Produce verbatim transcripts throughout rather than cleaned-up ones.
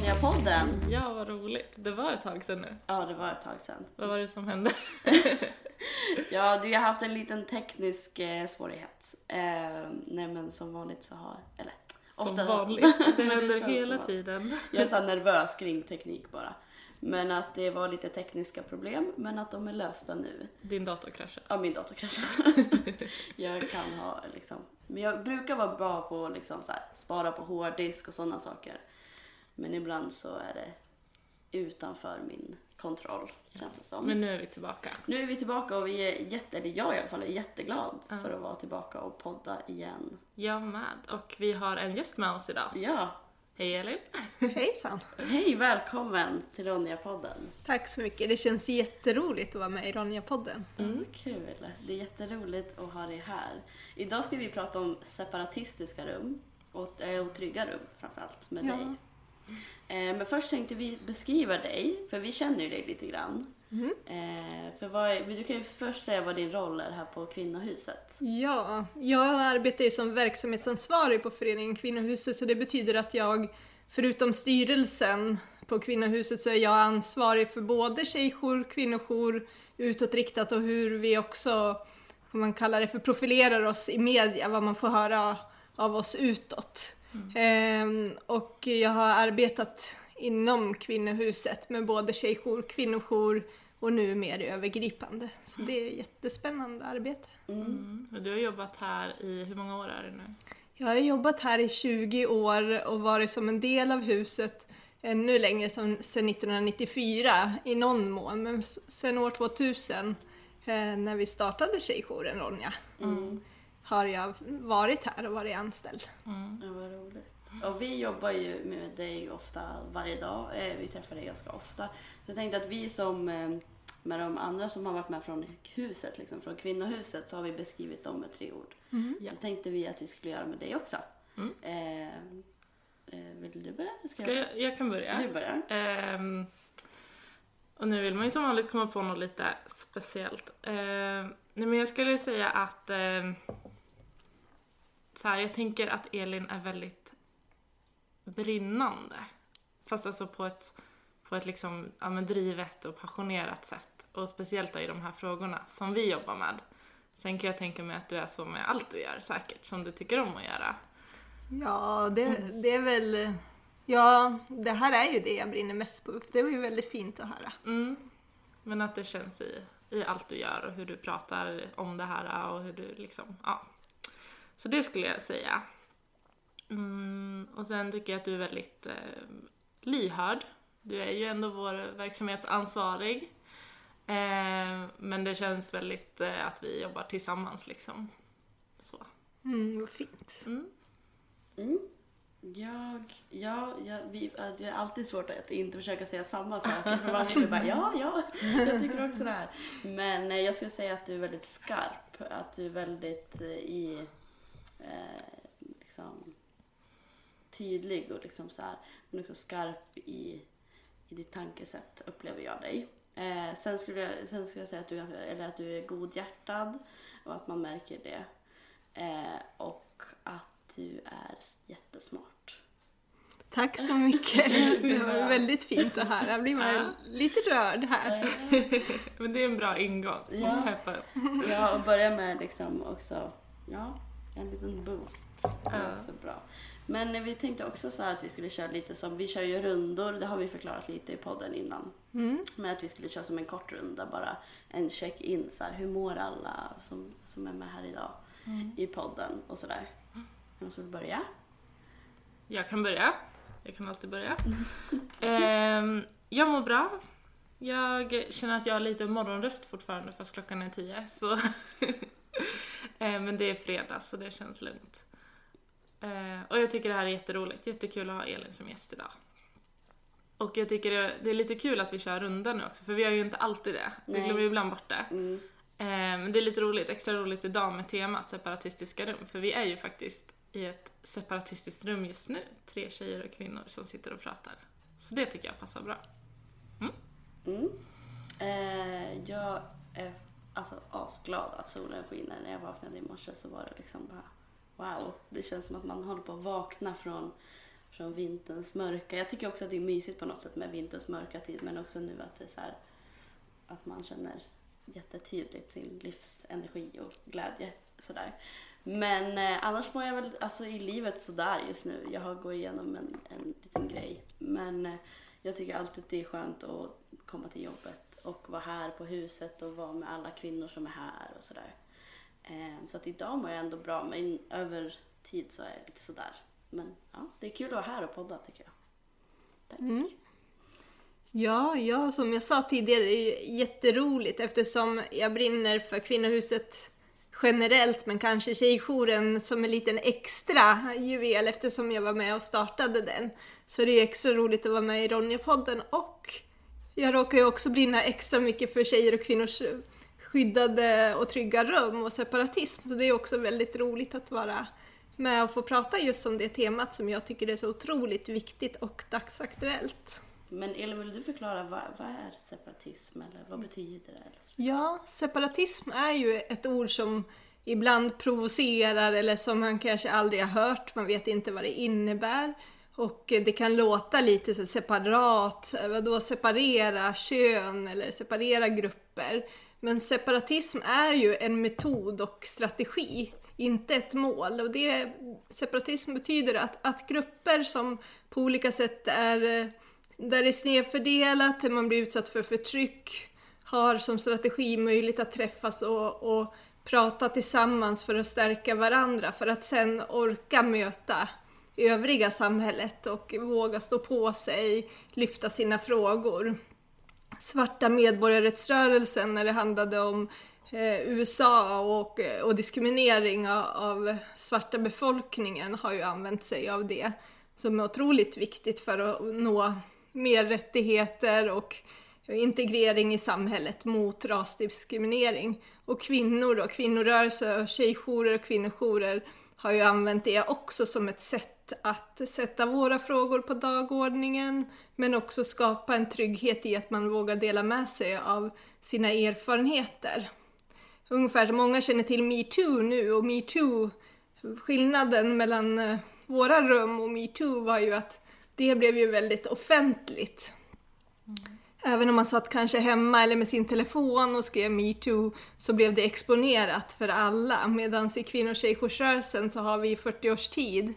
Ronja-podden. Ja, vad roligt. Det var ett tag sedan nu. Ja, det var ett tag sedan. Vad var det som hände? Ja, du har haft en liten teknisk eh, svårighet. Eh, nej, men som vanligt så har... Eller, Som ofta, vanligt. Det händer hela tiden. Jag är så nervös kring teknik bara. Men att det var lite tekniska problem, men att de är lösta nu. Din dator kraschade. Ja, min dator kraschade. Jag kan ha liksom... Men jag brukar vara bra på att liksom, så här, spara på hårddisk och sådana saker. Men ibland så är det utanför min kontroll, känns det som. Men nu är vi tillbaka. Nu är vi tillbaka och vi är jätte, eller jag i alla fall är jätteglad Ja. för att vara tillbaka och podda igen. Jag med. Och vi har en gäst med oss idag. Ja. Hej Elin. Hejsan! Hej, välkommen till Ronja-podden. Tack så mycket. Det känns jätteroligt att vara med i Ronja-podden. Mm. Kul. Det är jätteroligt att ha dig här. Idag ska vi prata om separatistiska rum och, äh, och trygga rum framförallt med Ja. dig. Eh, men först tänkte vi beskriva dig, för vi känner ju dig lite grann. Mm. Eh, för vad är, du kan ju först säga vad din roll är här på Kvinnohuset. Ja, jag arbetar ju som verksamhetsansvarig på föreningen Kvinnohuset, så det betyder att jag, förutom styrelsen på Kvinnohuset, så är jag ansvarig för både tjejjour, kvinnojour, utåtriktat och hur vi också, vad man kallar det för, profilerar oss i media, vad man får höra av oss utåt. Mm. Ehm, och jag har arbetat inom Kvinnohuset med både tjejjour, kvinnojour och nu mer övergripande. Så det är ett jättespännande arbete. Mm. Mm. Du har jobbat här i, hur många år är det nu? Jag har jobbat här i tjugo år och varit som en del av huset ännu längre, som sedan nittonhundranittiofyra i någon mån. Men sedan år tvåtusen, eh, när vi startade tjejjouren Ronja, Mm. har jag varit här och varit anställd. Mm. Ja, vad roligt. Och vi jobbar ju med dig ofta varje dag. Eh, vi träffar dig ganska ofta. Så jag tänkte att vi som, eh, med de andra som har varit med från huset, liksom, från Kvinnohuset, så har vi beskrivit dem med tre ord. Mm. Ja. Det tänkte vi att vi skulle göra med dig också. Mm. Eh, eh, vill du börja? Ska Ska jag, jag kan börja. Du börjar. Ehm, och nu vill man ju som vanligt komma på något lite speciellt. Ehm, nej, men jag skulle säga att ehm, så här, jag tänker att Elin är väldigt brinnande. Fast alltså på ett, på ett liksom, ja, men drivet och passionerat sätt. Och speciellt då i de här frågorna som vi jobbar med. Sen kan jag tänka mig att du är så med allt du gör säkert, som du tycker om att göra. Ja, det, det är väl... Ja, det här är ju det jag brinner mest på. Det var ju väldigt fint att höra. Mm. Men att det känns i, i allt du gör och hur du pratar om det här och hur du liksom, ja. Så det skulle jag säga. Mm. Och sen tycker jag att du är väldigt eh, lyhörd. Du är ju ändå vår verksamhetsansvarig. Eh, men det känns väldigt eh, att vi jobbar tillsammans liksom. Så. Mm, vad fint. Mm. Mm. Jag, ja, jag, vi, det är alltid svårt att inte försöka säga samma saker. För man vill bara, ja, ja, jag tycker också det här. Men eh, jag skulle säga att du är väldigt skarp. Att du är väldigt eh, i, eh, liksom, tydlig och liksom så här, men också skarp i, i ditt tankesätt, upplever jag dig. Eh, sen, skulle jag, sen skulle jag säga att du, eller att du är godhjärtad och att man märker det. Eh, och att du är jättesmart. Tack så mycket. Det var väldigt fint att höra. Jag blir man Ja. lite rörd här. Men det är en bra ingång. Ja. Och peppa upp. Ja, och börja med liksom också, ja, en liten boost. Det är Ja. också bra. Men vi tänkte också så här att vi skulle köra lite som, vi kör ju rundor, det har vi förklarat lite i podden innan. Mm. Men att vi skulle köra som en kort runda, bara en check-in, så här, hur mår alla som, som är med här idag Mm. i podden och sådär. Någon som vill börja? Jag kan börja. Jag kan alltid börja. Ehm, jag mår bra. Jag känner att jag har lite morgonröst fortfarande fast klockan är tio. Så ehm, men det är fredag så det känns lugnt. Ehm, och jag tycker det här är jätteroligt. Jättekul att ha Elin som gäst idag. Och jag tycker det, det är lite kul att vi kör runda nu också. För vi har ju inte alltid det. Vi Nej. glömmer ju ibland bort det. Mm. Ehm, men det är lite roligt. Extra roligt idag med temat separatistiska rum. För vi är ju faktiskt i ett separatistiskt rum just nu. Tre tjejer och kvinnor som sitter och pratar. Så det tycker jag passar bra. Mm. Mm. Eh, jag är alltså asglad att solen skiner. När jag vaknade i morse så var det liksom bara wow. Det känns som att man håller på att vakna från från vinterns mörka. Jag tycker också att det är mysigt på något sätt med vinterns mörka tid, men också nu att det är så här, att man känner jättetydligt sin livsenergi och glädje sådär. Men eh, annars mår jag väl alltså, i livet sådär just nu. Jag har gått igenom en, en liten grej. Men eh, jag tycker alltid att det är skönt att komma till jobbet och vara här på huset och vara med alla kvinnor som är här och sådär. Eh, så att idag mår jag ändå bra, men över tid så är det lite sådär. Men ja, det är kul att vara här och podda tycker jag. Tack. Mm. Ja, ja, som jag sa tidigare, det är jätteroligt eftersom jag brinner för kvinnohuset generellt, men kanske tjejjouren som en liten extra juvel eftersom jag var med och startade den. Så det är extra roligt att vara med i Ronja-podden, och jag råkar ju också brinna extra mycket för tjejer och kvinnors skyddade och trygga rum och separatism. Så det är också väldigt roligt att vara med och få prata just om det temat som jag tycker är så otroligt viktigt och dagsaktuellt. Men Elin, vill du förklara vad, vad är separatism eller vad betyder det? Eller så? Ja, separatism är ju ett ord som ibland provocerar eller som man kanske aldrig har hört. Man vet inte vad det innebär. Och det kan låta lite så separat, vadå separera kön eller separera grupper. Men separatism är ju en metod och strategi, inte ett mål. Och det, separatism betyder att, att grupper som på olika sätt är, där det är snedfördelat, där man blir utsatt för förtryck, har som strategi möjligt att träffas och, och prata tillsammans för att stärka varandra. För att sen orka möta övriga samhället och våga stå på sig, lyfta sina frågor. Svarta medborgarrättsrörelsen när det handlade om eh, U S A och, och diskriminering av, av svarta befolkningen har ju använt sig av det som är otroligt viktigt för att nå mer rättigheter och integrering i samhället mot rasdiskriminering. Och kvinnor och kvinnorörelser och tjejjourer och kvinnojourer har ju använt det också som ett sätt att sätta våra frågor på dagordningen, men också skapa en trygghet i att man vågar dela med sig av sina erfarenheter. Ungefär som många känner till MeToo nu, och MeToo, skillnaden mellan våra rum och MeToo var ju att det blev ju väldigt offentligt. Mm. Även om man satt kanske hemma eller med sin telefon och skrev MeToo så blev det exponerat för alla. Medan i kvinno- och tjejjoursrörelsen så har vi i fyrtio års tid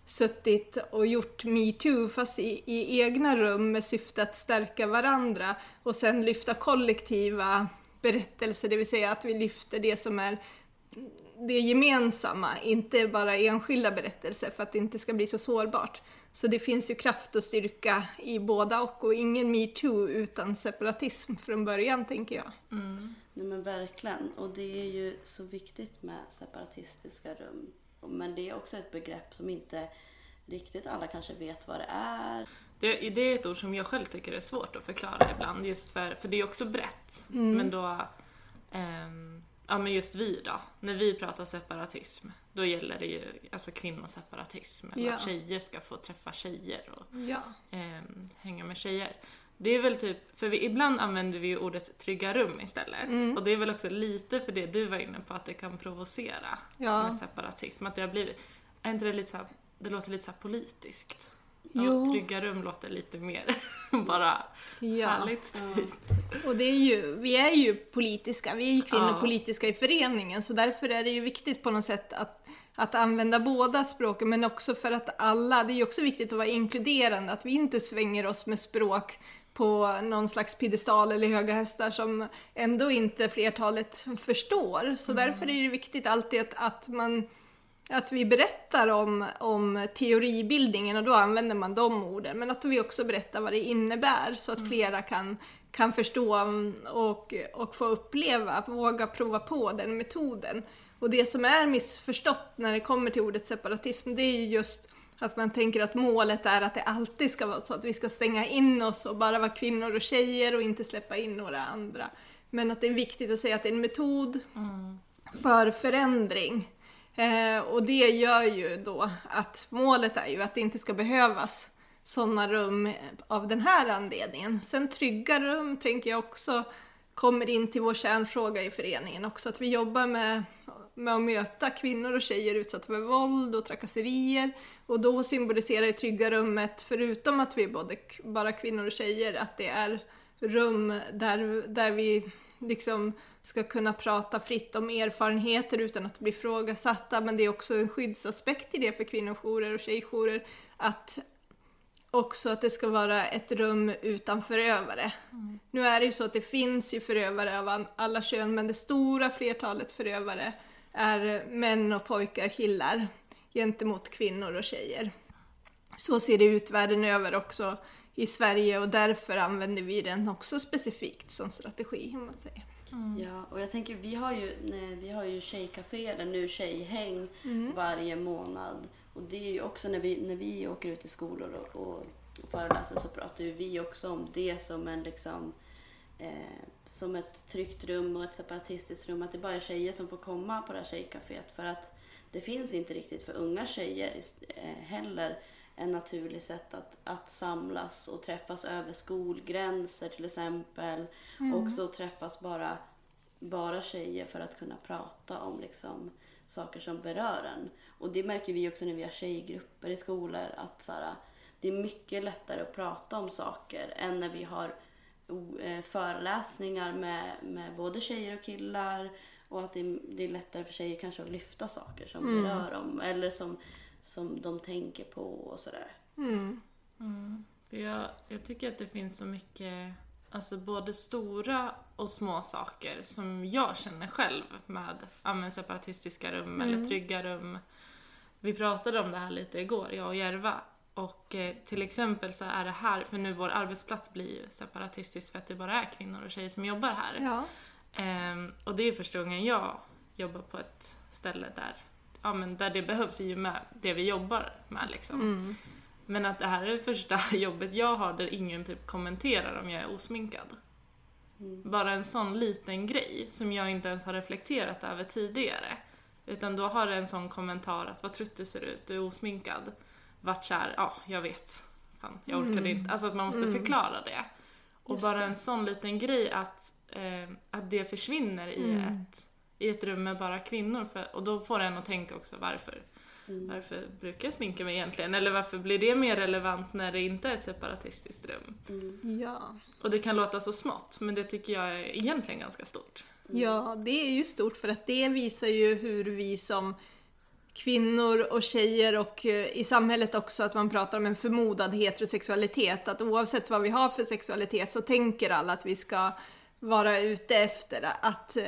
suttit och gjort MeToo fast i, i egna rum med syfte att stärka varandra och sen lyfta kollektiva berättelser, det vill säga att vi lyfter det som är det gemensamma, inte bara enskilda berättelser för att det inte ska bli så sårbart. Så det finns ju kraft och styrka i båda och, och ingen MeToo utan separatism från början, tänker jag. Mm. Nej men verkligen, och det är ju så viktigt med separatistiska rum. Men det är också ett begrepp som inte riktigt alla kanske vet vad det är. Det, det är ett ord som jag själv tycker är svårt att förklara ibland, just för, för det är också brett. Mm. Men då, ähm, ja men just vi då, när vi pratar separatism, då gäller det ju alltså kvinnoseparatism, eller ja. Att tjejer ska få träffa tjejer och ja. ähm, hänga med tjejer. Det är väl typ, för vi, ibland använder vi ju ordet trygga rum istället. Mm. Och det är väl också lite för det du var inne på, att det kan provocera ja. Med separatism. Att det har blivit, är inte det lite så här, det låter lite så här politiskt. Jo. Och trygga rum låter lite mer bara ja. Härligt. Typ. Ja. Och det är ju, vi är ju politiska, vi är ju kvinnopolitiska ja. I föreningen. Så därför är det ju viktigt på något sätt att Att använda båda språken, men också för att alla, det är ju också viktigt att vara inkluderande, att vi inte svänger oss med språk på någon slags piedestal eller höga hästar som ändå inte flertalet förstår. Så mm. därför är det viktigt alltid att, att, man, att vi berättar om, om teoribildningen, och då använder man de orden, men att vi också berättar vad det innebär så att mm. flera kan, kan förstå och, och få uppleva, våga prova på den metoden. Och det som är missförstått när det kommer till ordet separatism, det är ju just att man tänker att målet är att det alltid ska vara så att vi ska stänga in oss och bara vara kvinnor och tjejer och inte släppa in några andra. Men att det är viktigt att säga att det är en metod mm. för förändring. Eh, och det gör ju då att målet är ju att det inte ska behövas sådana rum av den här anledningen. Sen trygga rum tänker jag också kommer in till vår kärnfråga i föreningen också. Att vi jobbar med med att möta kvinnor och tjejer utsatta för våld och trakasserier. Och då symboliserar ju trygga rummet, förutom att vi är både bara kvinnor och tjejer, att det är rum där, där vi liksom ska kunna prata fritt om erfarenheter utan att bli ifrågasatta. Men det är också en skyddsaspekt i det för kvinnojourer och tjejjourer, att också att det ska vara ett rum utan förövare. Mm. Nu är det ju så att det finns ju förövare av alla kön, men det stora flertalet förövare är män och pojkar, killar, gentemot kvinnor och tjejer. Så ser det ut världen över också i Sverige, och därför använder vi den också specifikt som strategi, om man säger. Mm. Ja, och jag tänker, vi har ju, nej, vi har ju tjejcafé eller nu tjejhäng mm. varje månad. Och det är ju också när vi, när vi åker ut i skolor och, och, och föreläser, så pratar ju vi också om det som en liksom eh, som ett tryggt rum och ett separatistiskt rum, att det bara är tjejer som får komma på det här tjejcaféet, för att det finns inte riktigt för unga tjejer eh, heller en naturlig sätt att, att samlas och träffas över skolgränser till exempel. Mm. Och så träffas bara, bara tjejer för att kunna prata om liksom saker som berör en. Och det märker vi också när vi har tjejgrupper i skolor, att så här, det är mycket lättare att prata om saker än när vi har eh, föreläsningar med, med både tjejer och killar, och att det är, det är lättare för tjejer kanske att lyfta saker som mm. berör dem eller som, som de tänker på och sådär. Mm. Mm. För jag, jag tycker att det finns så mycket, alltså både stora och små saker som jag känner själv med ja, separatistiska rum mm. eller trygga rum. Vi pratade om det här lite igår, jag och Järva. Och eh, till exempel så är det här, för nu vår arbetsplats blir ju separatistisk för att det bara är kvinnor och tjejer som jobbar här. Ja. Ehm, och det är första gången jag jobbar på ett ställe där, ja, men där det behövs i och med det vi jobbar med liksom. Mm. Men att det här är det första jobbet jag har där ingen typ kommenterar om jag är osminkad. Mm. Bara en sån liten grej som jag inte ens har reflekterat över tidigare. Utan då har det en sån kommentar att vad trött du ser ut, du är osminkad. Vart så här, ja jag vet, fan, jag orkade mm. inte. Alltså att man måste mm. förklara det. Och just bara det. En sån liten grej att, eh, att det försvinner i, mm. ett, i ett rum med bara kvinnor. För, och då får en att tänka också varför. Mm. Varför brukar jag sminka mig egentligen? Eller varför blir det mer relevant när det inte är ett separatistiskt rum? Mm. Ja. Och det kan låta så smått, men det tycker jag är egentligen ganska stort. Mm. Ja, det är ju stort för att det visar ju hur vi som kvinnor och tjejer och i samhället också, att man pratar om en förmodad heterosexualitet. Att oavsett vad vi har för sexualitet så tänker alla att vi ska vara ute efter att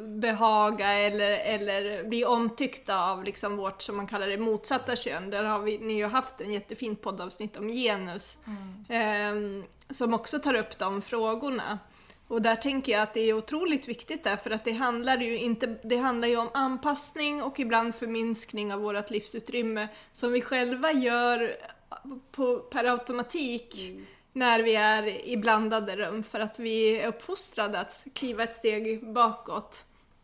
behaga eller, eller bli omtyckta av liksom vårt, som man kallar det, motsatta kön. Där har vi, ni ju haft en jättefin poddavsnitt om genus mm. eh, som också tar upp de frågorna. Och där tänker jag att det är otroligt viktigt därför att det handlar ju inte, det handlar ju om anpassning och ibland förminskning av vårt livsutrymme som vi själva gör på, per automatik mm. när vi är i blandade rum, för att vi är uppfostrade att kliva ett steg bakåt,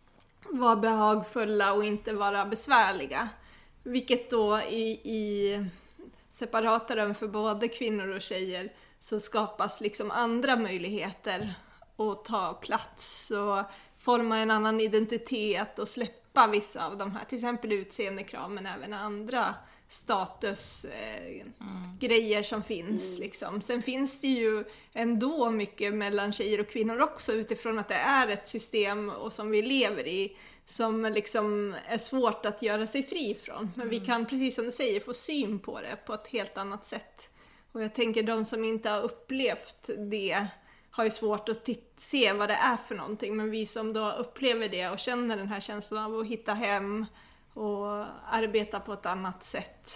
vara behagfulla och inte vara besvärliga. Vilket då i, i separata rum för både kvinnor och tjejer så skapas liksom andra möjligheter att ta plats och forma en annan identitet och släppa vissa av de här, till exempel utseendekrav, men även andra statusgrejer eh, mm. som finns. Mm. Liksom. Sen finns det ju ändå mycket mellan tjejer och kvinnor också, utifrån att det är ett system och som vi lever i som liksom är svårt att göra sig fri från. Men mm. vi kan, precis som du säger, få syn på det på ett helt annat sätt. Och jag tänker de som inte har upplevt det har ju svårt att t- se vad det är för någonting. Men vi som då upplever det och känner den här känslan av att hitta hem och arbeta på ett annat sätt.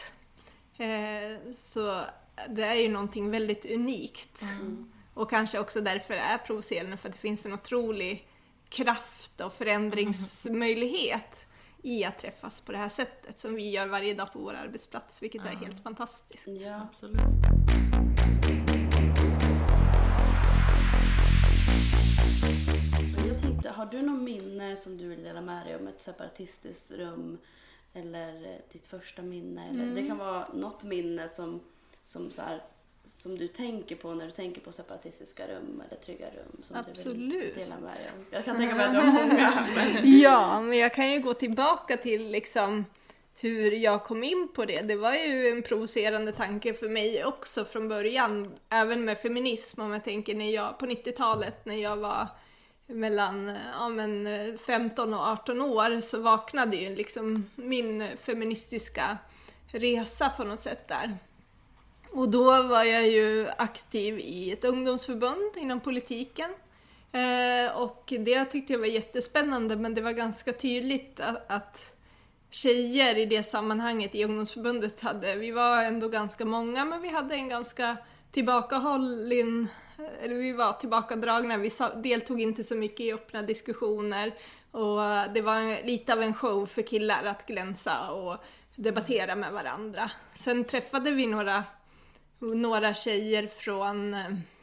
Eh, så det är ju någonting väldigt unikt. Mm. Och kanske också därför är provocerande, för att det finns en otrolig kraft och förändringsmöjlighet i att träffas på det här sättet som vi gör varje dag på vår arbetsplats, vilket ja. är helt fantastiskt. Ja, absolut. Jag tänkte, har du någon minne som du vill dela med dig om ett separatistiskt rum eller ditt första minne? Eller mm. det kan vara något minne som, som så här, som du tänker på när du tänker på separatistiska rum eller trygga rum? Som Absolut. Du vill dela med dig om? Jag kan tänka mig att du har många. Men... Ja, men jag kan ju gå tillbaka till liksom hur jag kom in på det. Det var ju en provocerande tanke för mig också från början, även med feminism. Om jag tänker när jag, på nittiotalet när jag var mellan ja, men femton och arton år så vaknade ju liksom min feministiska resa på något sätt där. Och då var jag ju aktiv i ett ungdomsförbund inom politiken. Eh, och det tyckte jag var jättespännande, men det var ganska tydligt att, att tjejer i det sammanhanget i ungdomsförbundet hade, vi var ändå ganska många, men vi hade en ganska tillbakahållen, eller vi var tillbakadragna, vi deltog inte så mycket i öppna diskussioner och det var lite av en show för killar att glänsa och debattera med varandra. Sen träffade vi några, några tjejer från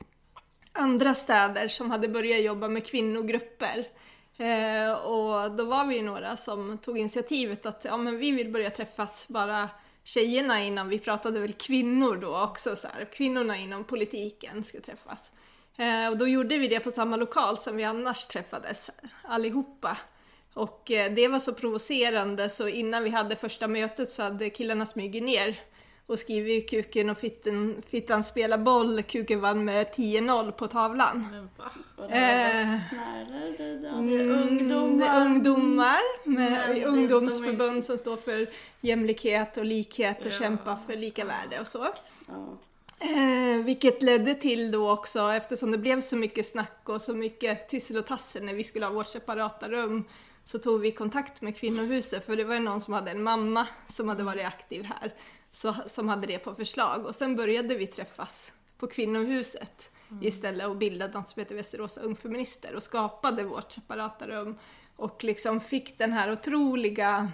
andra städer som hade börjat jobba med kvinnogrupper. Eh, och då var vi några som tog initiativet att ja, men vi vill börja träffas bara tjejerna innan, vi pratade väl kvinnor då också, så här, kvinnorna inom politiken ska träffas. Eh, och då gjorde vi det på samma lokal som vi annars träffades allihopa. Och eh, det var så provocerande så innan vi hade första mötet så hade killarna smugit ner och skrivit kuken och fitten, fittan spelar boll, kuken vann med tio noll på tavlan. Men va? Och det var vuxna eller? Det, det, det är ungdomar. Det är ungdomar med Men ungdomsförbund som står för jämlikhet och likhet och Ja. kämpar för lika värde och så. Ja. Eh, vilket ledde till då också, eftersom det blev så mycket snack och så mycket tissel och tassel när vi skulle ha vårt separata rum, så tog vi kontakt med kvinnohuset, för det var ju någon som hade en mamma som hade varit aktiv här, så, som hade det på förslag. Och sen började vi träffas på kvinnohuset mm. istället och bildade något som heter Västerås ungfeminister och skapade vårt separata rum och liksom fick den här otroliga,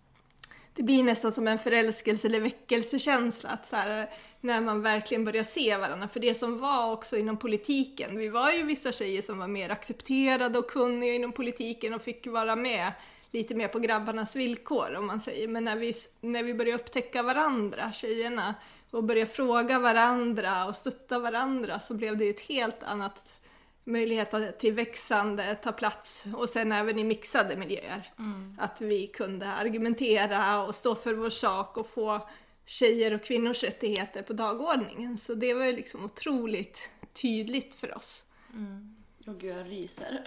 det blir nästan som en förälskelse eller väckelsekänsla att så här, när man verkligen börjar se varandra. För det som var också inom politiken, vi var ju vissa tjejer som var mer accepterade och kunniga inom politiken och fick vara med lite mer på grabbarnas villkor om man säger. Men när vi, när vi började upptäcka varandra, tjejerna, och började fråga varandra och stötta varandra, så blev det ett helt annat möjlighet till växande, ta plats och sen även i mixade miljöer. Mm. Att vi kunde argumentera och stå för vår sak och få tjejer och kvinnors rättigheter på dagordningen. Så det var ju liksom otroligt tydligt för oss. Mm. Åh gud, jag ryser.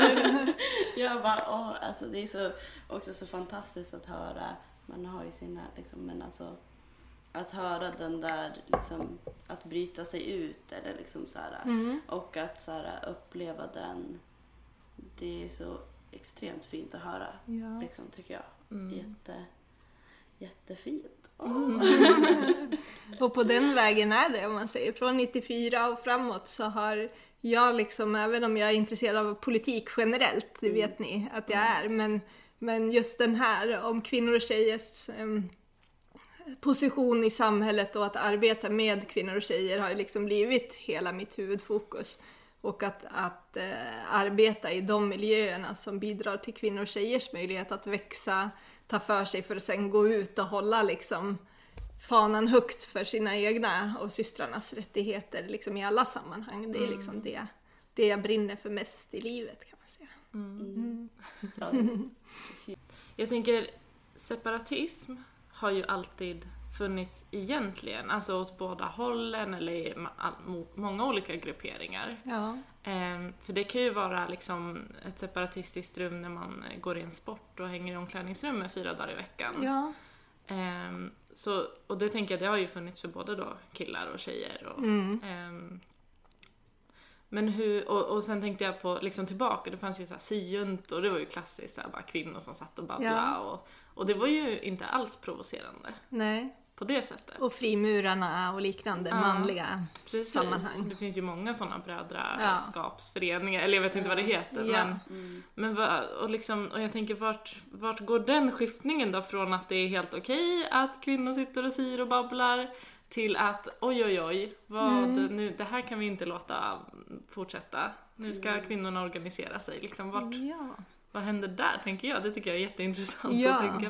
Jag bara, åh, alltså det är så, också så fantastiskt att höra. Man har ju sina, liksom, men alltså att höra den där, liksom, att bryta sig ut eller liksom så här, mm. och att så här, uppleva den, det är så extremt fint att höra, ja. Liksom, tycker jag. Mm. Jätte, jättefint. Oh. Mm. Och på den vägen är det, om man säger, från nittiofyra och framåt så har jag liksom, även om jag är intresserad av politik generellt, det vet mm. ni att jag är, men, men just den här om kvinnor och tjejers um, position i samhället och att arbeta med kvinnor och tjejer har liksom blivit hela mitt huvudfokus. Och att, att äh, arbeta i de miljöerna som bidrar till kvinnor och tjejers möjlighet att växa, ta för sig för att sen gå ut och hålla liksom fanan högt för sina egna och systrarnas rättigheter liksom i alla sammanhang. Det är liksom mm. det, det jag brinner för mest i livet, kan man säga. Mm. Mm. Jag tänker, separatism har ju alltid funnits egentligen, alltså åt båda hållen eller i många olika grupperingar. Ja. Ehm, för det kan ju vara liksom ett separatistiskt rum när man går i en sport och hänger i omklädningsrummet fyra dagar i veckan. Ja. Ehm, så, och det tänker jag, det har ju funnits för både då killar och tjejer. Och, mm. ehm, men hur, och, och sen tänkte jag på liksom tillbaka, det fanns ju så här syjunt och det var ju klassiskt så här, bara kvinnor som satt och babblade. Ja. Och, och det var ju inte alls provocerande. Nej. På det sättet. Och frimurarna och liknande, ja, manliga precis. Sammanhang. Det finns ju många sådana brödraskapsföreningar, ja. Eller jag vet inte vad det heter. Ja. Men, mm. men vad, och, liksom, och jag tänker, vart, vart går den skiftningen då från att det är helt okej att kvinnor sitter och syr och babblar till att oj oj oj, vad, mm. nu, det här kan vi inte låta fortsätta. Nu ska mm. kvinnorna organisera sig. Liksom, vart, ja. Vad händer där, tänker jag? Det tycker jag är jätteintressant ja. att tänka på.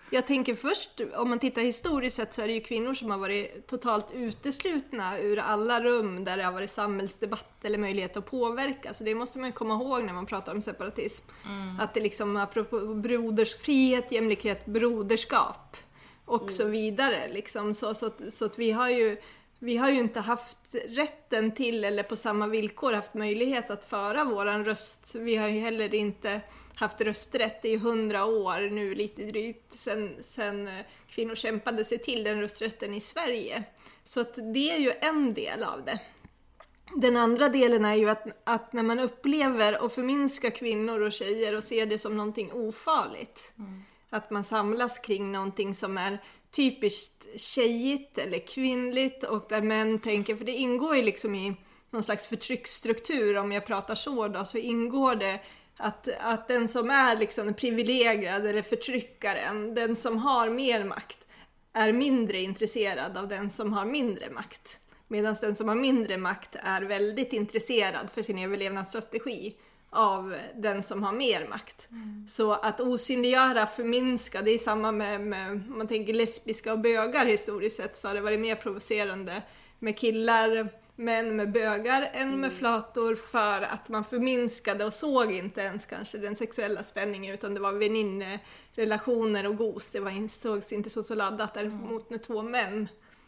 Jag tänker först, om man tittar historiskt sett så är det ju kvinnor som har varit totalt uteslutna ur alla rum där det har varit samhällsdebatt eller möjlighet att påverka. Så det måste man ju komma ihåg när man pratar om separatism. Mm. Att det liksom, apropå broders, frihet, jämlikhet, broderskap och mm. så vidare. Liksom. Så, så, så att vi har ju Vi har ju inte haft rätten till eller på samma villkor haft möjlighet att föra våran röst. Vi har ju heller inte haft rösträtt i hundra år nu, lite drygt, sen, sen kvinnor kämpade sig till den rösträtten i Sverige. Så att det är ju en del av det. Den andra delen är ju att, att när man upplever och förminskar kvinnor och tjejer och ser det som någonting ofarligt. Mm. Att man samlas kring någonting som är typiskt tjejigt eller kvinnligt och där män tänker, för det ingår ju liksom i någon slags förtrycksstruktur, om jag pratar så då, så ingår det att, att den som är liksom privilegierad eller förtryckaren, den som har mer makt, är mindre intresserad av den som har mindre makt. Medan den som har mindre makt är väldigt intresserad för sin överlevnadsstrategi av den som har mer makt. Mm. Så att osynliggöra, förminska, det är samma med, med om man tänker lesbiska och bögar historiskt sett, så har det varit mer provocerande med killar, män med bögar än mm. med flator, för att man förminskade och såg inte ens kanske den sexuella spänningen, utan det var väninnerelationer och gos. Det var, sågs inte så, så laddat, däremot när två män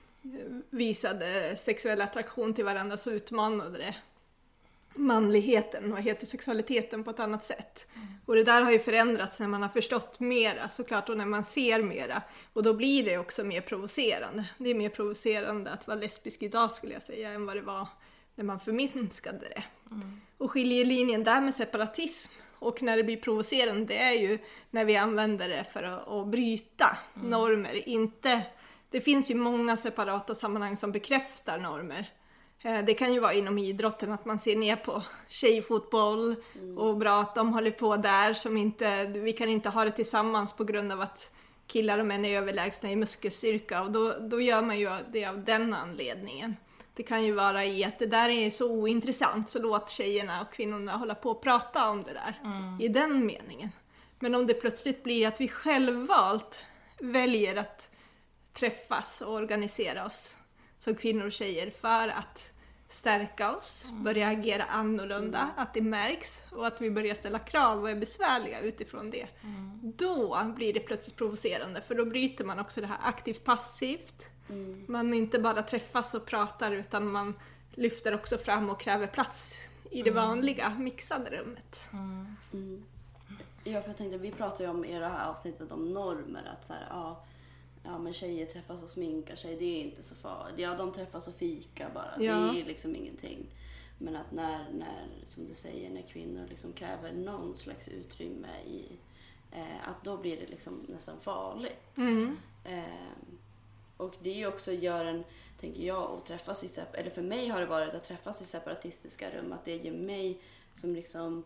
visade sexuell attraktion till varandra så utmanade det manligheten och heterosexualiteten på ett annat sätt. Mm. Och det där har ju förändrats när man har förstått mera, såklart, och när man ser mera. Och då blir det också mer provocerande. Det är mer provocerande att vara lesbisk idag, skulle jag säga, än vad det var när man förminskade det. Mm. Och skiljelinjen där med separatism och när det blir provocerande, det är ju när vi använder det för att, att bryta mm. normer. Inte, det finns ju många separata sammanhang som bekräftar normer. Det kan ju vara inom idrotten att man ser ner på tjejfotboll mm. och bra att de håller på där, som inte, vi kan inte ha det tillsammans på grund av att killar och män är överlägsna i muskelstyrka, och då, då gör man ju det av den anledningen. Det kan ju vara i att det där är så ointressant, så låt tjejerna och kvinnorna hålla på och prata om det där mm. i den meningen. Men om det plötsligt blir att vi självvalt väljer att träffas och organisera oss som kvinnor och tjejer för att stärka oss, mm. börja agera annorlunda, mm. att det märks och att vi börjar ställa krav och är besvärliga utifrån det. Mm. Då blir det plötsligt provocerande, för då bryter man också det här aktivt passivt. Mm. Man inte bara träffas och pratar, utan man lyfter också fram och kräver plats i det mm. vanliga mixade rummet. Mm. Mm. Ja, för jag tänkte, vi pratar ju om i det här avsnittet om normer, att så här, ja, ja men tjejer träffas och sminkar sig, det är inte så farligt. Ja, de träffas och fika bara, ja. Det är liksom ingenting. Men att när, när, som du säger, när kvinnor liksom kräver någon slags utrymme i, eh, att då blir det liksom nästan farligt. Mm. Eh, och det är ju också gör en, tänker jag, att träffas i, eller för mig har det varit att träffas i separatistiska rum, att det ger mig som liksom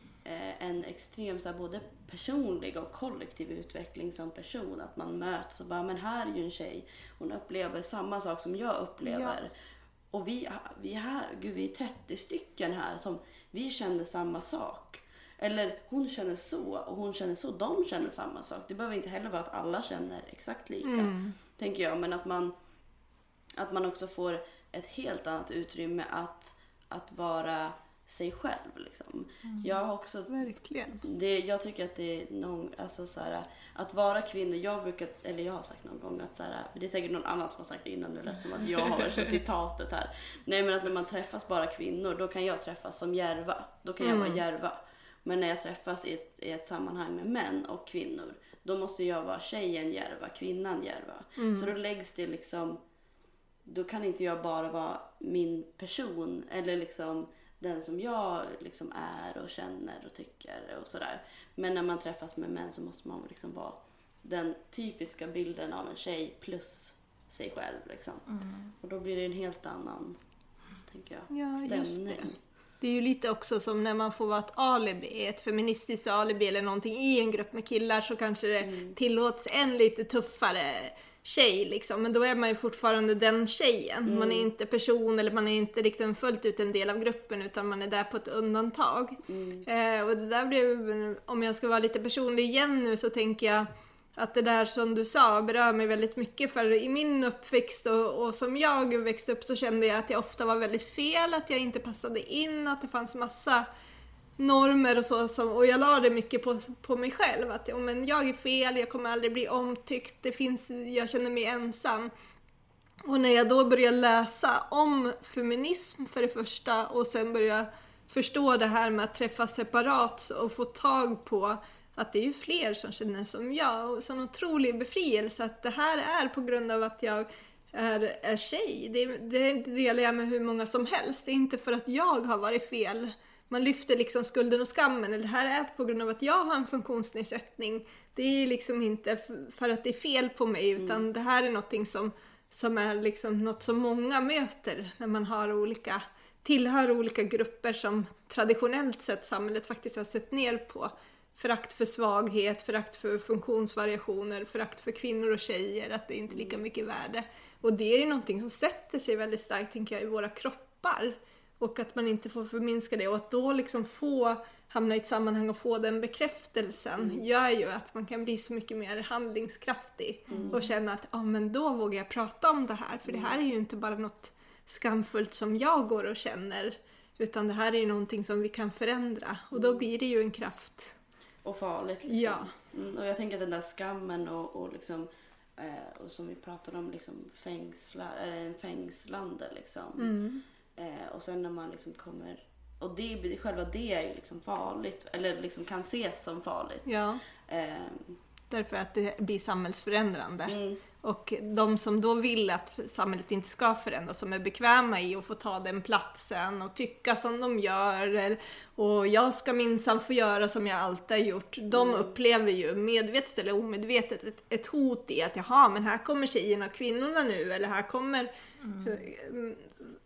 en extrem så här, både personlig och kollektiv utveckling som person, att man möts och bara, men här är ju en tjej, hon upplever samma sak som jag upplever, ja. Och vi, vi är här, gud, vi är trettio stycken här som vi känner samma sak, eller hon känner så och hon känner så, de känner samma sak. Det behöver inte heller vara att alla känner exakt lika, mm. tänker jag, men att man att man också får ett helt annat utrymme att, att vara sig själv liksom. Mm. Jag har också verkligen. Det, jag tycker att det är någon, alltså så här, att vara kvinna, jag brukar, eller jag har sagt någon gång att så här, det är säkert någon annan som har sagt det innan, det lät som att jag har så citatet här. Nej, men att när man träffas bara kvinnor, då kan jag träffas som Järva. Då kan jag mm. vara Järva. Men när jag träffas i ett, i ett sammanhang med män och kvinnor, då måste jag vara tjejen Järva, kvinnan Järva. Mm. Så då läggs det liksom, då kan inte jag bara vara min person eller liksom den som jag liksom är och känner och tycker och sådär. Men när man träffas med män så måste man liksom vara den typiska bilden av en tjej plus sig själv liksom. Mm. Och då blir det en helt annan, tänker jag, ja, stämning. Just det. Det är ju lite också som när man får vara ett alibi, ett feministiskt alibi eller någonting i en grupp med killar, så kanske det mm. tillåts en lite tuffare tjej liksom, men då är man ju fortfarande den tjejen. Mm. Man är inte person, eller man är inte liksom fullt ut en del av gruppen, utan man är där på ett undantag. Mm. Eh, och det där blev, om jag ska vara lite personlig igen nu, så tänker jag att det där som du sa berör mig väldigt mycket, för i min uppväxt och, och som jag växte upp så kände jag att jag ofta var väldigt fel, att jag inte passade in, att det fanns massa normer och så, som, och jag la det mycket på, på mig själv, att ja, men jag är fel, jag kommer aldrig bli omtyckt, det finns, jag känner mig ensam. Och när jag då började läsa om feminism för det första och sen började förstå det här med att träffas separat och få tag på att det är ju fler som känner som jag, och sån otrolig befrielse att det här är på grund av att jag är, är tjej. Det, det delar jag med hur många som helst. Det är inte för att jag har varit fel. Man lyfter liksom skulden och skammen. Eller det här är på grund av att jag har en funktionsnedsättning. Det är liksom inte för att det är fel på mig, utan mm. det här är någonting som, som är liksom något som många möter när man har olika, tillhör olika grupper som traditionellt sett samhället faktiskt har sett ner på. Förakt för svaghet, förakt för funktionsvariationer, förakt för kvinnor och tjejer, att det inte är lika mycket värde. Och det är ju någonting som sätter sig väldigt starkt, tänker jag, i våra kroppar. Och att man inte får förminska det. Och att då liksom få hamna i ett sammanhang och få den bekräftelsen mm. gör ju att man kan bli så mycket mer handlingskraftig. Mm. Och känna att ja, men då vågar jag prata om det här. För mm. det här är ju inte bara något skamfullt som jag går och känner. Utan det här är ju någonting som vi kan förändra. Och då blir det ju en kraft. Och farligt liksom. Ja. Mm, och jag tänker att den där skammen och, och liksom eh, och som vi pratade om liksom fängsla, eller fängslande liksom. Mm. Eh, och sen när man liksom kommer, och det, själva det är ju liksom farligt, eller liksom kan ses som farligt. Ja. Eh, Därför att det blir samhällsförändrande. Mm. Och de som då vill att samhället inte ska förändras, som är bekväma i att få ta den platsen och tycka som de gör, och jag ska minsann få göra som jag alltid har gjort, de mm. upplever ju medvetet eller omedvetet ett, ett hot i att jaha, men här kommer tjejerna och kvinnorna nu, eller här kommer mm.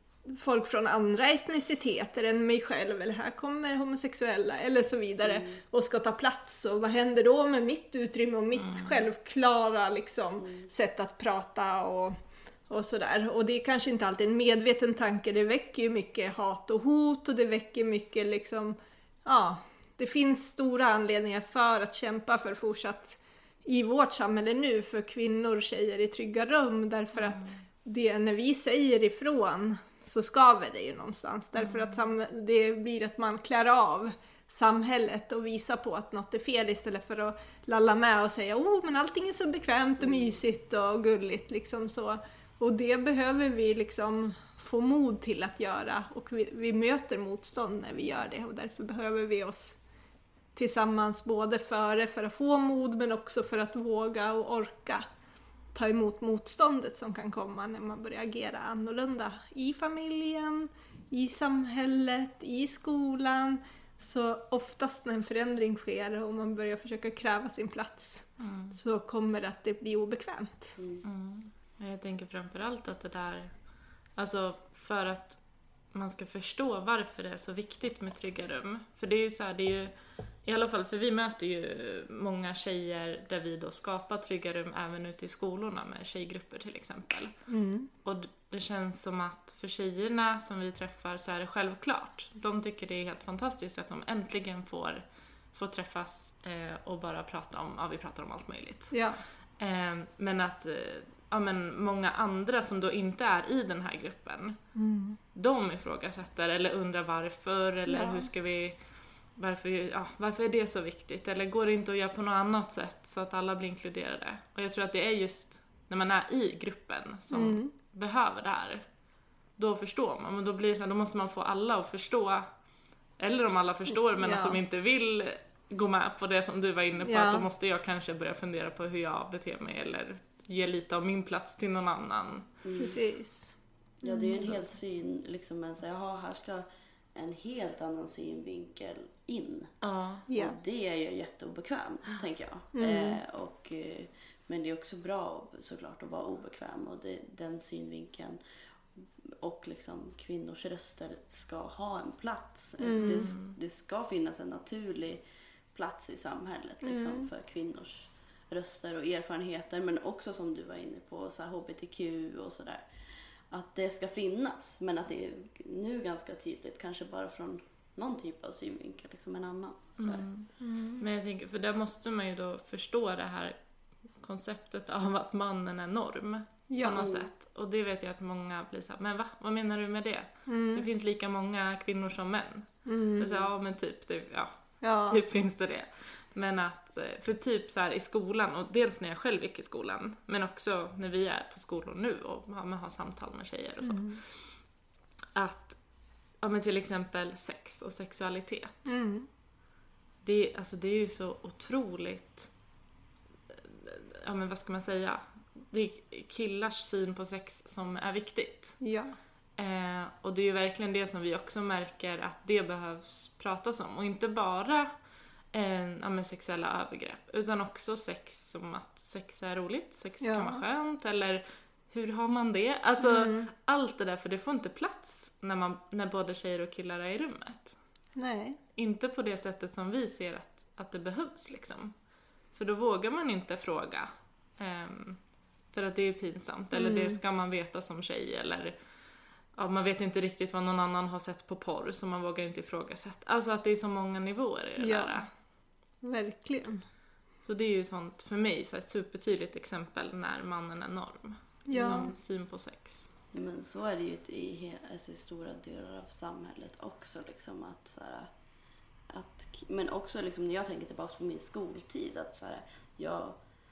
folk från andra etniciteter än mig själv, eller här kommer homosexuella eller så vidare mm. och ska ta plats, och vad händer då med mitt utrymme och mitt mm. självklara liksom, mm. sätt att prata och, och sådär. Och det är kanske inte alltid en medveten tanke, det väcker ju mycket hat och hot, och det väcker mycket liksom, ja, det finns stora anledningar för att kämpa för fortsatt i vårt samhälle nu för kvinnor och tjejer i trygga rum, därför att det, när vi säger ifrån så skaver det ju någonstans. Mm. Därför att sam- det blir att man klär av samhället och visar på att något är fel, istället för att lalla med och säga oh, men allting är så bekvämt och mysigt och gulligt liksom så. Och det behöver vi liksom få mod till att göra, och vi, vi möter motstånd när vi gör det, och därför behöver vi oss tillsammans både före för att få mod, men också för att våga och orka ta emot motståndet som kan komma när man börjar agera annorlunda i familjen, i samhället, i skolan. Så oftast när en förändring sker och man börjar försöka kräva sin plats mm. så kommer det att det bli obekvämt. Mm. Jag tänker framförallt att det där, alltså för att man ska förstå varför det är så viktigt med trygga rum. För det är ju så här, det är ju i alla fall, för vi möter ju många tjejer där vi då skapar trygga rum även ute i skolorna med tjejgrupper till exempel. Mm. Och det känns som att för tjejerna som vi träffar så är det självklart. De tycker det är helt fantastiskt att de äntligen får, får träffas eh, och bara prata om, ja vi pratar om allt möjligt. Ja. Eh, men att eh, ja, men många andra som då inte är i den här gruppen, mm. de ifrågasätter eller undrar varför, eller ja. hur ska vi... Varför, ja, varför är det så viktigt? Eller går det inte att göra på något annat sätt så att alla blir inkluderade? Och jag tror att det är just när man är i gruppen som mm. behöver det här. Då förstår man. Men då, blir det så här, då måste man få alla att förstå. Eller om alla förstår men ja. att de inte vill gå med på det som du var inne på. Ja. Att då måste jag kanske börja fundera på hur jag beter mig. Eller ge lite av min plats till någon annan. Mm. Precis. Ja, det är ju en helt syn. Liksom, men så, jaha, här ska en helt annan synvinkel in. Ja. Och det är ju jätteobekvämt, ja. tänker jag. Mm. Eh, och, eh, men det är också bra såklart att vara obekväm. Och det, den synvinkeln och liksom kvinnors röster ska ha en plats. Mm. Det, det ska finnas en naturlig plats i samhället liksom, mm. för kvinnors röster och erfarenheter. Men också som du var inne på, så här, H B T Q och sådär. Att det ska finnas, men att det är nu ganska tydligt, kanske bara från någon typ av synvinkel, liksom en annan. Mm. Mm. Men jag tänker, för där måste man ju då förstå det här konceptet av att mannen är norm Ja. på något sätt. Och det vet jag att många blir så här, men va? Vad menar du med det? Mm. Det finns lika många kvinnor som män. Mm. Det är så här, ja men typ, det, ja, Ja. typ finns det det. Men att, för typ så här i skolan, och dels när jag själv gick i skolan, men också när vi är på skolor nu och man har samtal med tjejer och så. Mm. Att, ja men till exempel sex och sexualitet. Mm. Det, alltså det är ju så otroligt, ja men vad ska man säga, det är killars syn på sex som är viktigt. Ja. Eh, och det är ju verkligen det som vi också märker att det behövs pratas om. Och inte bara eh, ja, men sexuella övergrepp, utan också sex som att sex är roligt, sex Ja. kan vara skönt, eller hur har man det? Alltså Mm. allt det där, för det får inte plats när, man, när både tjejer och killar är i rummet. Nej. Inte på det sättet som vi ser att, att det behövs liksom. För då vågar man inte fråga. Ehm, för att det är pinsamt. Eller Mm. det ska man veta som tjej. Eller ja, man vet inte riktigt vad någon annan har sett på porr. Så man vågar inte ifrågasätta. Alltså att det är så många nivåer i det Ja. där. Verkligen. Så det är ju sånt för mig så ett supertydligt exempel när mannen är norm. Ja. Som syn på sex. Men så är det ju i, he- alltså, i stora delar av samhället också. Liksom, att, så här, att, men också liksom, när jag tänker tillbaka på min skoltid. Att, så här, jag,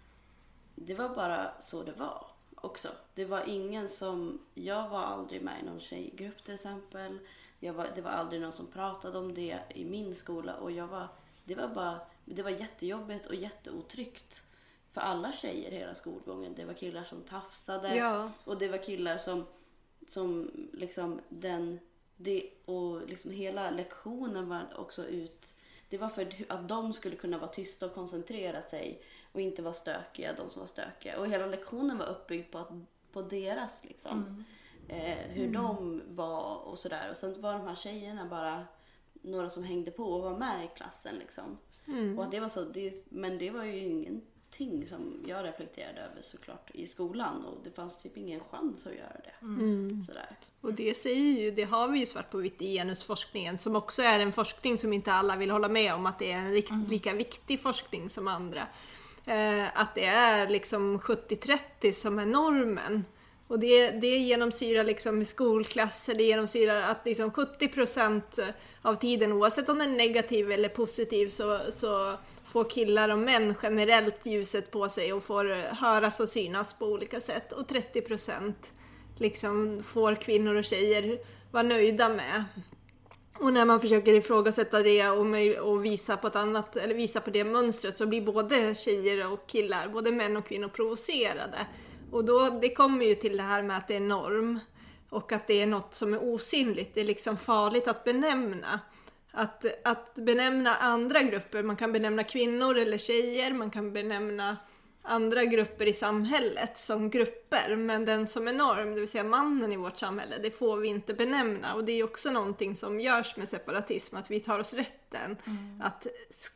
det var bara så det var också. Det var ingen som... Jag var aldrig med i någon tjejgrupp till exempel. Jag var, det var aldrig någon som pratade om det i min skola. Och jag var, det var bara... Det var jättejobbigt och jätteotryggt för alla tjejer hela skolgången. Det var killar som tafsade. Ja. Och det var killar som, som liksom den, det, och liksom hela lektionen var också ut, det var för att de skulle kunna vara tysta och koncentrera sig och inte vara stökiga, de som var stökiga. Och hela lektionen var uppbyggd på, att, på deras liksom, Mm. eh, hur de var och sådär. Och sen var de här tjejerna bara några som hängde på och var med i klassen liksom. Mm. Och att det var så, det, men det var ju ingenting som jag reflekterade över såklart i skolan. Och det fanns typ ingen chans att göra det. Mm. Sådär. Och det säger ju, det har vi ju svart på vitt i genusforskningen, som också är en forskning som inte alla vill hålla med om att det är en rikt, Mm. lika viktig forskning som andra. Eh, att det är liksom sjuttio trettio som är normen. Och det, det genomsyrar liksom i skolklasser, det genomsyrar att liksom sjuttio procent av tiden, oavsett om den är negativ eller positiv, så, så får killar och män generellt ljuset på sig och får höras och synas på olika sätt. Och trettio procent liksom får kvinnor och tjejer vara nöjda med. Och när man försöker ifrågasätta det och, möj- och visa på ett annat, eller visa på det mönstret, så blir både tjejer och killar, både män och kvinnor, provocerade. Och då, det kommer ju till det här med att det är norm och att det är något som är osynligt. Det är liksom farligt att benämna. Att, att benämna andra grupper, man kan benämna kvinnor eller tjejer, man kan benämna andra grupper i samhället som grupper. Men den som är norm, det vill säga mannen i vårt samhälle, det får vi inte benämna. Och det är också någonting som görs med separatism, att vi tar oss rätten Mm. att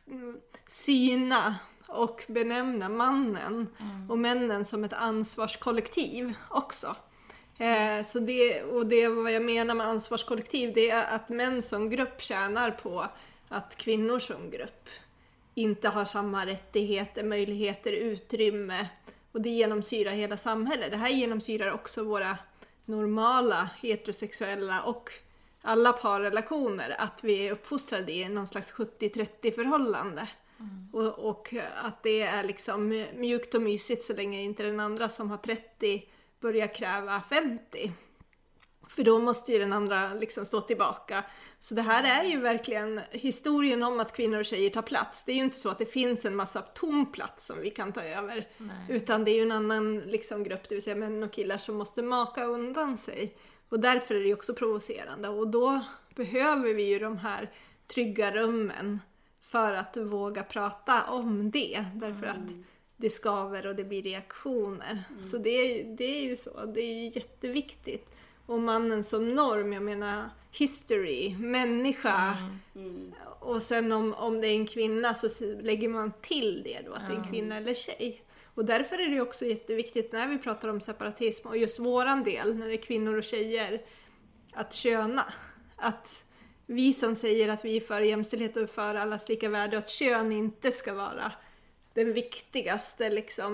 syna och benämna mannen Mm. och männen som ett ansvarskollektiv också. Eh, så det, och det vad jag menar med ansvarskollektiv, det är att män som grupp tjänar på att kvinnor som grupp inte har samma rättigheter, möjligheter, utrymme, och det genomsyrar hela samhället. Det här genomsyrar också våra normala heterosexuella och alla parrelationer, att vi är uppfostrade i någon slags sjuttio trettio förhållande. Mm. Och, och att det är liksom mjukt och mysigt så länge inte den andra som har trettio börjar kräva femtio. För då måste ju den andra liksom stå tillbaka. Så det här är ju verkligen historien om att kvinnor och tjejer tar plats. Det är ju inte så att det finns en massa tom plats som vi kan ta över. Nej. Utan det är ju en annan liksom grupp, det vill säga män och killar, som måste maka undan sig. Och därför är det ju också provocerande. Och då behöver vi ju de här trygga rummen för att våga prata om det. Därför att det skaver och det blir reaktioner. Mm. Så det är, det är ju så. Det är ju jätteviktigt. Och mannen som norm, jag menar history, människa. Mm. Mm. Och sen om, om det är en kvinna så lägger man till det då, att det är en Ja. kvinna eller tjej. Och därför är det också jätteviktigt när vi pratar om separatism, och just våran del, när det är kvinnor och tjejer, att köna. Att vi som säger att vi är för jämställdhet och för allas lika värde, att kön inte ska vara den viktigaste liksom,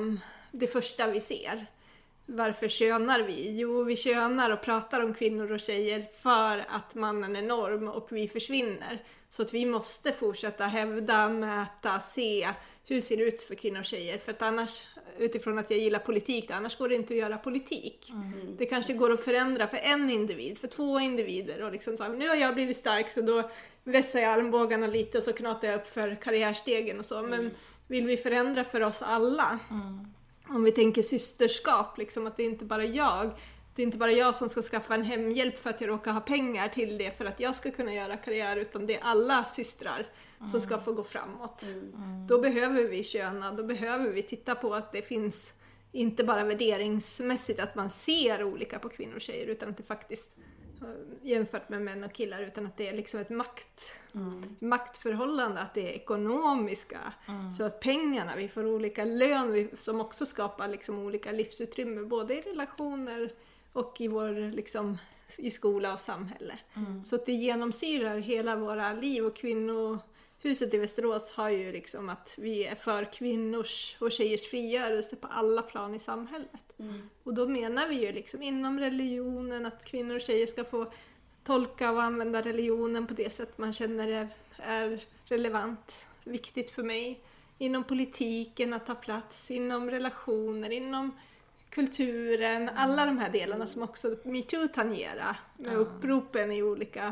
det första vi ser. Varför könar vi? Jo, vi könar och pratar om kvinnor och tjejer för att mannen är norm och vi försvinner. Så att vi måste fortsätta hävda, mäta, se hur ser det ut för kvinnor och tjejer. För att annars, utifrån att jag gillar politik, annars går det inte att göra politik. Mm. Det kanske går att förändra för en individ, för två individer. Och liksom så, nu har jag blivit stark så då vässar jag armbågarna lite och så knatar jag upp för karriärstegen och så. Men mm. vill vi förändra för oss alla? Mm. Om vi tänker systerskap, liksom, att det är inte bara jag. Det är inte bara jag som ska skaffa en hemhjälp för att jag råkar ha pengar till det för att jag ska kunna göra karriär, utan det är alla systrar mm. som ska få gå framåt. Mm. Då behöver vi köna, då behöver vi titta på att det finns inte bara värderingsmässigt att man ser olika på kvinnor och tjejer, utan att det faktiskt jämfört med män och killar, utan att det är liksom ett makt, mm. maktförhållande, att det är ekonomiska, mm. så att pengarna, vi får olika lön som också skapar liksom olika livsutrymme både i relationer och i vår liksom i skola och samhälle. Mm. Så att det genomsyrar hela våra liv, och kvinnohuset i Västerås har ju liksom att vi är för kvinnors och tjejers frigörelse på alla plan i samhället. Mm. Och då menar vi ju liksom inom religionen att kvinnor och tjejer ska få tolka och använda religionen på det sätt man känner är, är relevant, viktigt för mig. Inom politiken att ta plats, inom relationer, inom kulturen, mm. alla de här delarna som också MeToo tangerar med mm. uppropen i olika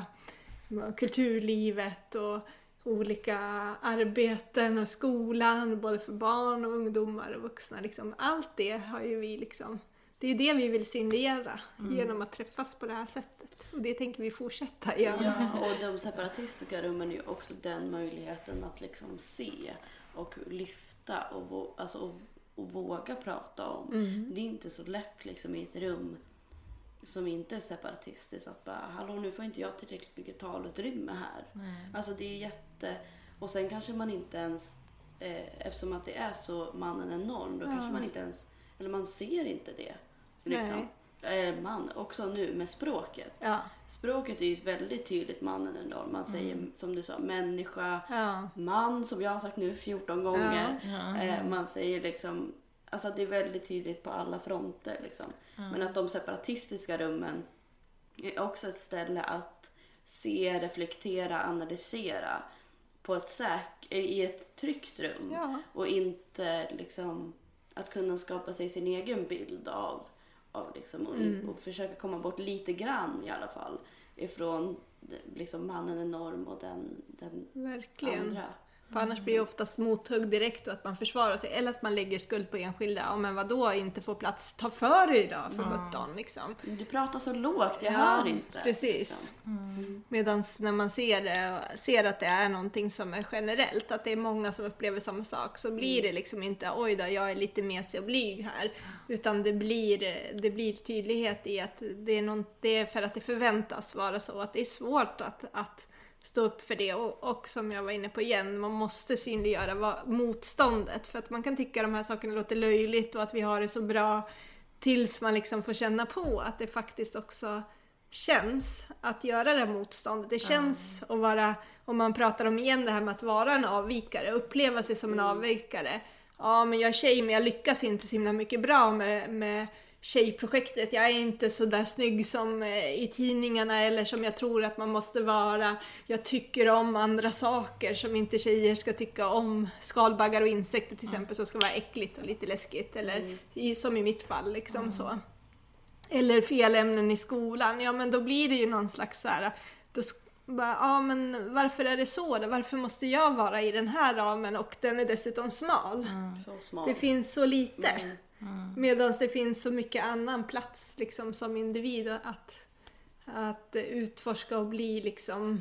kulturlivet och olika arbeten och skolan, både för barn och ungdomar och vuxna. Liksom. Allt det har ju vi liksom, det är det vi vill synliggöra mm. genom att träffas på det här sättet. Och det tänker vi fortsätta göra. Ja, och de separatistiska rummen är ju också den möjligheten att liksom se och lyfta och, alltså, och, och våga prata om. Mm. Det är inte så lätt liksom i ett rum som inte är separatistiskt att bara, hallå, nu får inte jag tillräckligt mycket talutrymme här. Nej. Alltså det är jätte... Och sen kanske man inte ens, eh, eftersom att det är så mannen är norm, då ja. kanske man inte ens, eller man ser inte det. Liksom. Eh, man, också nu med språket. Ja. Språket är ju väldigt tydligt, mannen är norm. Man säger, mm. som du sa, människa, ja. man, som jag har sagt nu fjorton gånger. Ja. Ja. Eh, man säger liksom... Alltså det är väldigt tydligt på alla fronter liksom. Mm. Men att de separatistiska rummen är också ett ställe att se, reflektera, analysera på ett säk- i ett tryggt rum. Ja. Och inte liksom att kunna skapa sig sin egen bild av, av liksom, och, mm. och försöka komma bort lite grann i alla fall ifrån liksom mannen är norm och den, den Verkligen. andra. För annars blir det oftast mothugg direkt och att man försvarar sig. Eller att man lägger skuld på enskilda. Ja, men vadå, inte få plats? Ta för dig idag för sjutton liksom. Du pratar så lågt, jag ja, hör inte. Precis. Liksom. Mm. Medan när man ser det, ser att det är någonting som är generellt. Att det är många som upplever samma sak. Så blir det liksom inte, oj då, jag är lite mesig och blyg här. Utan det blir, det blir tydlighet i att det är, någon, det är för att det förväntas vara så. Att det är svårt att... att stå upp för det, och, och som jag var inne på igen, man måste synliggöra vad motståndet, för att man kan tycka att de här sakerna låter löjligt och att vi har det så bra tills man liksom får känna på att det faktiskt också känns att göra det motståndet. Det känns mm. att vara, om man pratar om igen det här med att vara en avvikare, uppleva sig som en mm. avvikare. Ja, men jag är tjej, men jag lyckas inte så himla mycket bra med, med tjejprojektet. Jag är inte så där snygg som i tidningarna eller som jag tror att man måste vara. Jag tycker om andra saker som inte tjejer ska tycka om. Skalbaggar och insekter till exempel, som ska vara äckligt och lite läskigt. Eller mm. i, som i mitt fall liksom mm. så. Eller felämnen i skolan. Ja, men då blir det ju någon slags så här... Då bara, ja, men varför är det så då? Varför måste jag vara i den här ramen och den är dessutom smal? Mm. Så smal. Det finns så lite. Mm. Mm. Medan det finns så mycket annan plats liksom, som individ att, att utforska och bli liksom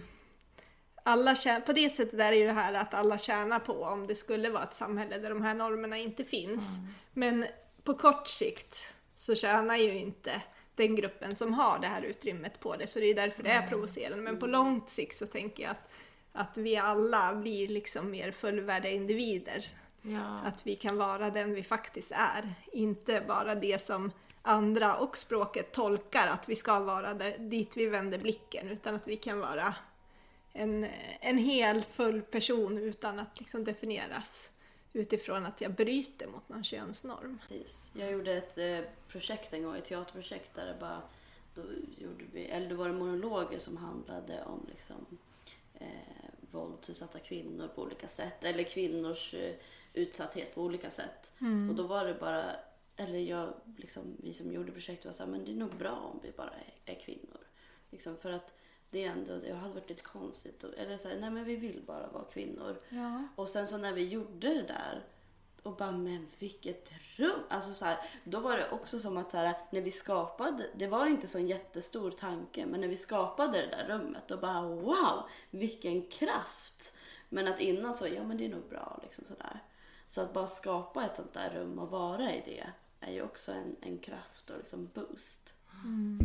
alla tjänar, på det sättet är det ju det här att alla tjänar på om det skulle vara ett samhälle där de här normerna inte finns. Mm. Men på kort sikt så tjänar ju inte den gruppen som har det här utrymmet på det, så det är därför det är provocerande. Men på långt sikt så tänker jag att, att vi alla blir liksom mer fullvärdiga individer. Ja. Att vi kan vara den vi faktiskt är. Inte bara det som andra och språket tolkar att vi ska vara där, dit vi vänder blicken. Utan att vi kan vara en, en hel full person utan att liksom definieras utifrån att jag bryter mot någon könsnorm. Precis. Jag gjorde ett eh, projekt en gång, ett teaterprojekt där det bara, då, gjorde vi, eller då var det monologer som handlade om liksom, eh, våldsutsatta kvinnor på olika sätt, eller kvinnors eh, utsatthet på olika sätt. Mm. Och då var det bara, eller jag, liksom, vi som gjorde projektet var så här, men det är nog bra om vi bara är, är kvinnor. Liksom, för att det är ändå, det hade varit lite konstigt. Eller så här, nej men vi vill bara vara kvinnor. Ja. Och sen så när vi gjorde det där och bara, men vilket rum. Alltså så här, då var det också som att så här, när vi skapade, det var inte så en jättestor tanke, men när vi skapade det där rummet då bara, wow, vilken kraft. Men att innan så, ja men det är nog bra liksom sådär. Så att bara skapa ett sånt där rum och vara i det är ju också en, en kraft och liksom boost. Mm.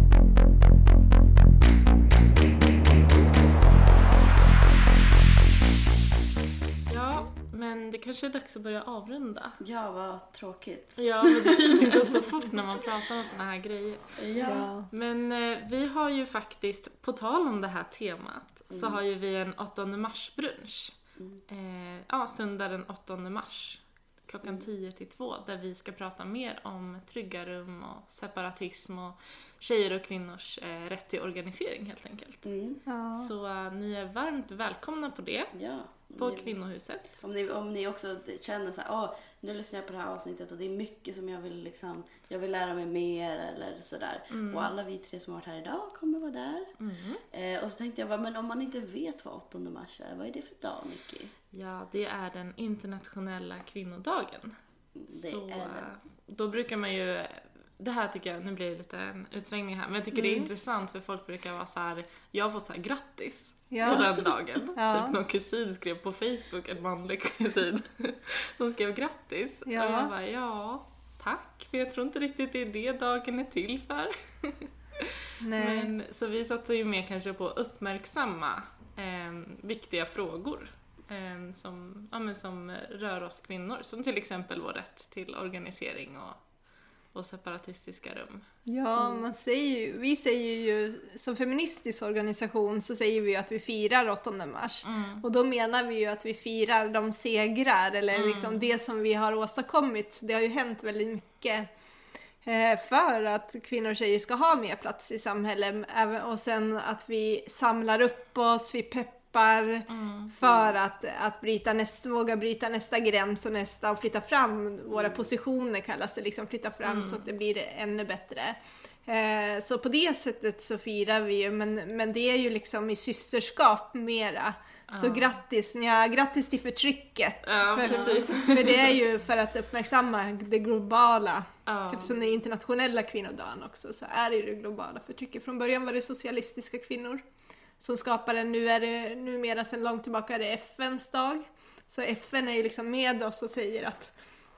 Ja, men det kanske är dags att börja avrunda. Ja, vad tråkigt. Ja, men det går så fort när man pratar om såna här grejer. Ja. Men eh, vi har ju faktiskt, på tal om det här temat, mm. så har ju vi en åttonde mars-brunch. Mm. Eh, ja, söndag den åttonde mars. Klockan mm. tio till två. Där vi ska prata mer om trygga rum och separatism och tjejer och kvinnors eh, rätt till organisering helt enkelt. Mm. Ja. Så eh, ni är varmt välkomna på det. Ja. På ni, Kvinnohuset. Om ni, om ni också känner så här, åh, nu lyssnar jag på det här avsnittet och det är mycket som jag vill liksom, jag vill lära mig mer eller sådär. Mm. Och alla vi tre som har varit här idag kommer vara där. Mm. Eh, och så tänkte jag, men om man inte vet vad åttonde mars är, vad är det för dag, Nicky? Ja, det är den internationella kvinnodagen. Det så är det. Då brukar man ju, det här tycker jag, nu blir det lite en utsvängning här, men jag tycker mm. det är intressant för folk brukar vara så här, jag har fått så här grattis. Ja. På den dagen. Ja. Typ någon kusin skrev på Facebook, en manlig kusin, som skrev grattis. Ja. Och jag bara, ja, tack. Men jag tror inte riktigt det är det dagen är till för. Nej. Men, så vi satsar ju mer kanske på att uppmärksamma eh, viktiga frågor. Eh, som, ja, men som rör oss kvinnor. Som till exempel vår rätt till organisering och och separatistiska rum. Ja, mm. man säger ju, vi säger ju som feministisk organisation så säger vi ju att vi firar åttonde mars. Mm. Och då menar vi ju att vi firar de segrar eller mm. liksom det som vi har åstadkommit. Det har ju hänt väldigt mycket eh, för att kvinnor och tjejer ska ha mer plats i samhället. Och sen att vi samlar upp oss, vi peppar Mm. för att, att bryta nästa, våga bryta nästa gräns och nästa och flytta fram våra mm. positioner kallas det, liksom flytta fram mm. så att det blir ännu bättre. Eh, så på det sättet så firar vi ju, men, men det är ju liksom i systerskap mera. Ah. Så grattis, ja, grattis till förtrycket. Ja, för, precis. för det är ju för att uppmärksamma det globala. Ah. Eftersom det är internationella kvinnodagen också så är det ju det globala förtrycket. Från början var det socialistiska kvinnor som skapade, nu är det numera sedan långt tillbaka är det F N:s dag. Så F N är ju liksom med oss och säger att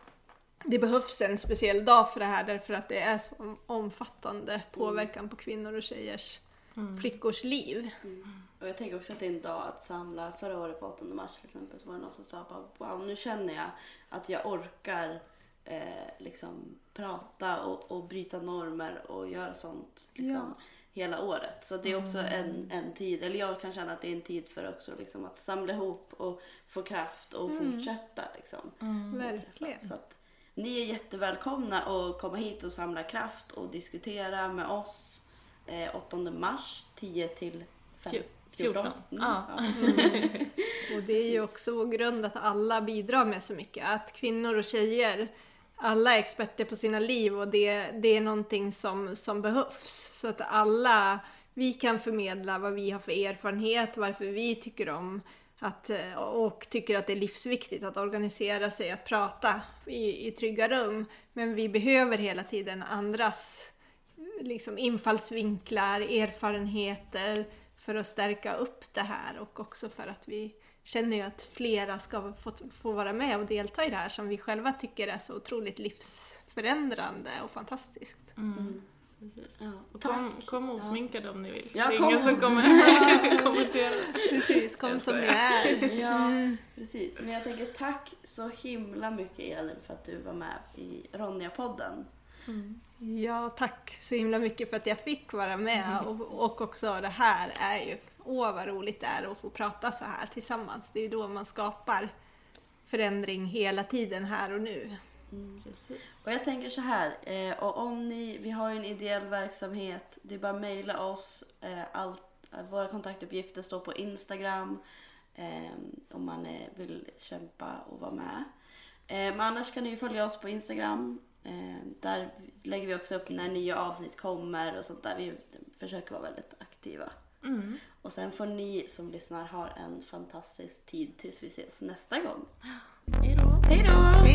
det behövs en speciell dag för det här därför att det är så omfattande påverkan mm. på kvinnor och tjejers mm. flickors liv. Mm. Och jag tänker också att det är en dag att samla. Förra året på åttonde mars till exempel så var det någon som sa bara, wow, nu känner jag att jag orkar eh, liksom prata och, och bryta normer och göra sånt liksom. Ja. Hela året. Så det är också mm. en, en tid, eller jag kan känna att det är en tid för också liksom att samla ihop och få kraft och mm. fortsätta liksom. Mm. Verkligen. Så att ni är jättevälkomna att komma hit och samla kraft och diskutera med oss eh, åttonde mars tio till fjorton. Mm. Ja. Mm. Och det är ju också vår grund att alla bidrar med så mycket. Att kvinnor och tjejer, alla är experter på sina liv och det, det är någonting som, som behövs. Så att alla, vi kan förmedla vad vi har för erfarenhet, varför vi tycker om att, och tycker att det är livsviktigt att organisera sig, att prata i, i trygga rum. Men vi behöver hela tiden andras liksom, infallsvinklar, erfarenheter för att stärka upp det här och också för att vi känner ju att flera ska få, få vara med och delta i det här som vi själva tycker är så otroligt livsförändrande och fantastiskt. Mm. Mm. Precis. Ja, och kom, kom osminkade ja. om ni vill. Ja, det är kom. ingen som kommer kommentera. Precis, kom som ni är. Ja, mm. precis. Men jag tänker tack så himla mycket Elin för att du var med i Ronja-podden. Mm. Ja, tack så himla mycket för att jag fick vara med mm. och, och också det här är ju, åh vad roligt det är att få prata så här tillsammans. Det är ju då man skapar förändring hela tiden här och nu. Mm. Precis. Och jag tänker så här, eh, och om ni, vi har ju en ideell verksamhet, det är bara att mejla oss, eh, allt, våra kontaktuppgifter står på Instagram eh, om man eh, vill kämpa och vara med. Eh, men annars kan ni ju följa oss på Instagram, eh, där lägger vi också upp när nya avsnitt kommer och sånt där, vi försöker vara väldigt aktiva. Mm. Och sen får ni som lyssnar ha en fantastisk tid tills vi ses nästa gång. Hej då! Hej då!